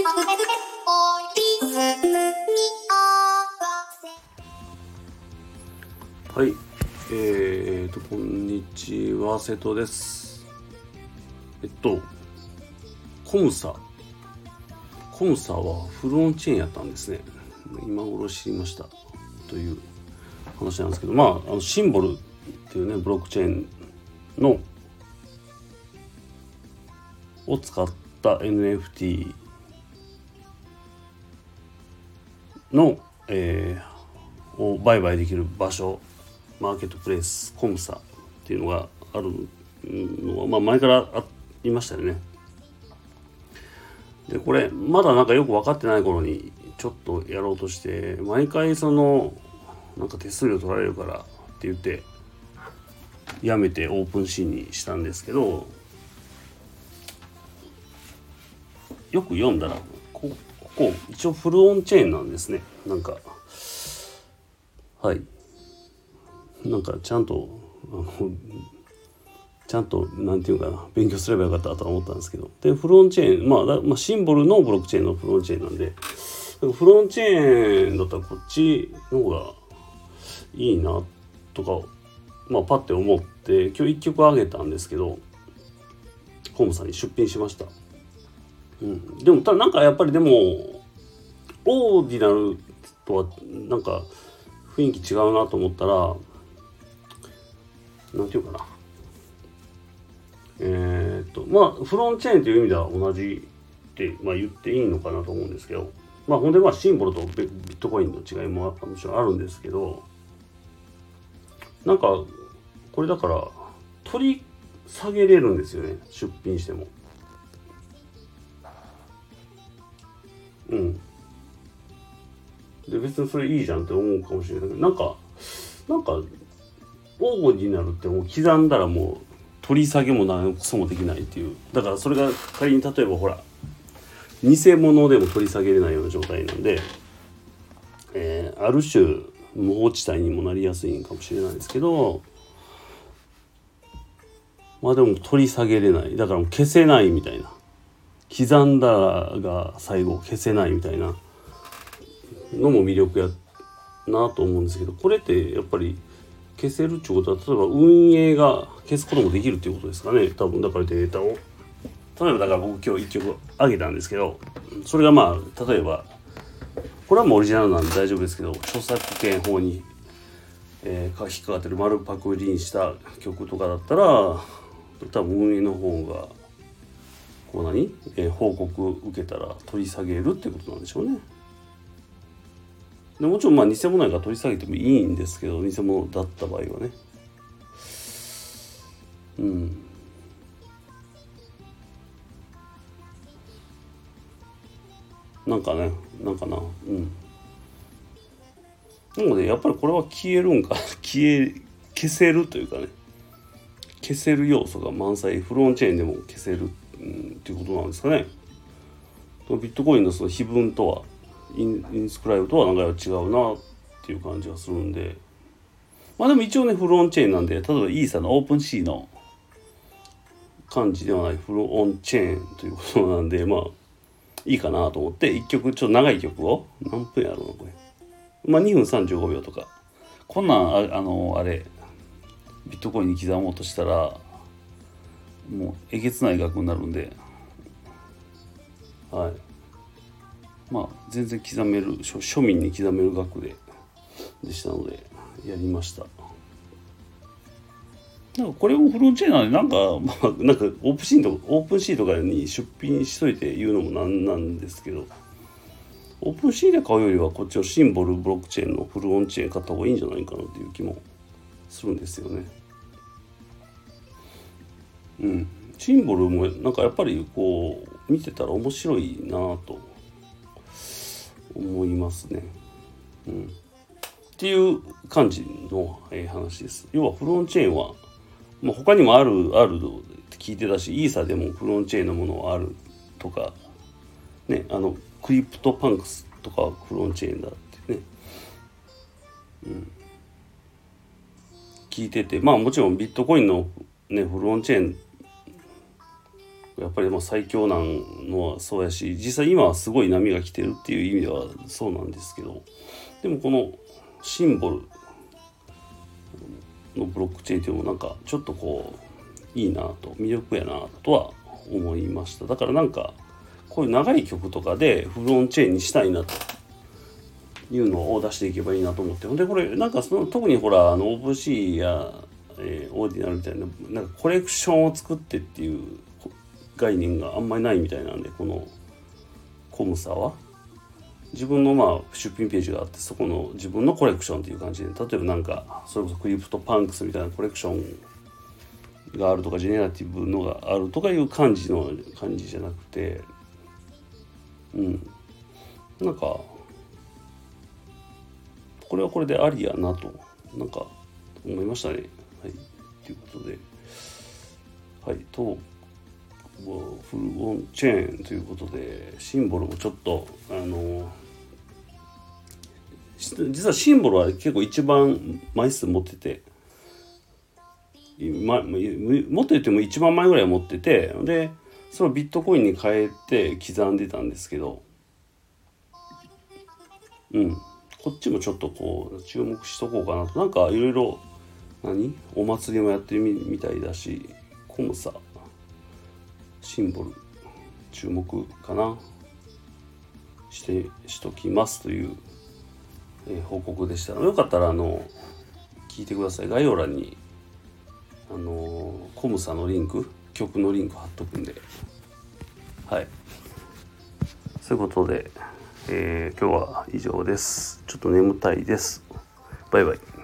はい、こんにちは、瀬戸です。コムサはフルオンチェーンやったんですね。今頃知りましたという話なんですけど、シンボルっていうね、ブロックチェーンのを使った NFT の、を売買できる場所、マーケットプレイスコムサっていうのがあるのは、前からいましたよね。でこれまだなんかよく分かってない頃にちょっとやろうとして、毎回なんか手数料取られるからって言ってやめてオープンシーンにしたんですけど、よく読んだらここ一応フルオンチェーンなんですね。なんかちゃんとなんていうかな、勉強すればよかったとは思ったんですけど、でフルオンチェーン、シンボルのブロックチェーンのフルオンチェーンなんで、フルオンチェーンだったらこっちの方がいいなとかパッて思って今日1曲あげたんですけど、コムさんに出品しました。でもただなんかやっぱりでもオーディナルとはなんか雰囲気違うなと思ったら、なんていうかな、フロンチェーンという意味では同じって言っていいのかなと思うんですけど、ほんでシンボルとビットコインの違いももちろんあるんですけど、なんかこれだから取り下げれるんですよね、出品しても。で別にそれいいじゃんって思うかもしれないけど、なんかオーディナルってもう刻んだらもう取り下げも何こそもできないっていう。だからそれが仮に例えばほら偽物でも取り下げれないような状態なんで、ある種無法地帯にもなりやすいんかもしれないですけど、でも取り下げれない、だからもう消せないみたいな、刻んだが最後消せないみたいなのも魅力やなと思うんですけど、これってやっぱり消せるってことは、例えば運営が消すこともできるっていうことですかね、多分。だからデータを例えばだから僕今日1曲あげたんですけど、それが例えばこれはもうオリジナルなんで大丈夫ですけど、著作権法に、引っかかってる丸パクリにした曲とかだったら、多分運営の方が報告受けたら取り下げるってことなんでしょうね。でもちろん偽物やから取り下げてもいいんですけど、偽物だった場合はね。なのでやっぱりこれは消えるんか消せるというかね、消せる要素が満載、フルオンチェーンでも消せるっていうことなんですかね。ビットコインのその碑文とはインスクライブとはなんか違うなっていう感じがするんで、でも一応ねフルオンチェーンなんで、例えばイーサのオープンシーの感じではないフルオンチェーンということなんで、いいかなと思って一曲ちょっと長い曲を何分やろうなこれ、2分35秒とか、こんなんあれビットコインに刻もうとしたらもうえげつない額になるんで、全然刻める、庶民に刻める額でしたのでやりました。なんかこれもフルオンチェーンなんで、なんかオープンシーとかに出品しといて言うのもなんですけど、オープンシーで買うよりはこっちをシンボルブロックチェーンのフルオンチェーン買った方がいいんじゃないかなっていう気もするんですよね。シンボルもなんかやっぱりこう見てたら面白いなと思いますね。っていう感じの話です。要はフルオンチェーンは他にもあるって聞いてたし、イーサでもフルオンチェーンのものはあるとかね、クリプトパンクスとかフルオンチェーンだってね、聞いてて、もちろんビットコインのねフルオンチェーンやっぱりまあ最強なんのはそうやし、実際今はすごい波が来てるっていう意味ではそうなんですけど、でもこのシンボルのブロックチェーンっていうのもなんかちょっとこういいなと、魅力やなとは思いました。だからなんかこういう長い曲とかでフロンチェーンにしたいなというのを出していけばいいなと思って、でこれなんか特にほらオープンシーや、オーディナルみたいな、なんかコレクションを作ってっていう概念があんまりないみたいなんで、このコムサは自分のまあ出品ページがあって、そこの自分のコレクションっていう感じで、例えばなんかそれこそクリプトパンクスみたいなコレクションがあるとか、ジェネラティブのがあるとかいう感じじゃなくて、なんかこれはこれでありやなとなんか思いましたね。はい、ということで、はいとフルオンチェーンということで、シンボルもちょっと実はシンボルは結構一番枚数持ってて、持って言っても一番前ぐらい持ってて、でそれをビットコインに変えて刻んでたんですけど、こっちもちょっとこう注目しとこうかなと。なんかいろいろお祭りもやってるみたいだし、コムサシンボル注目かなしときますという、報告でした。よかったら聞いてください。概要欄にコムサのリンク、曲のリンク貼っとくんで、はい、そういうことで、今日は以上です。ちょっと眠たいです。バイバイ。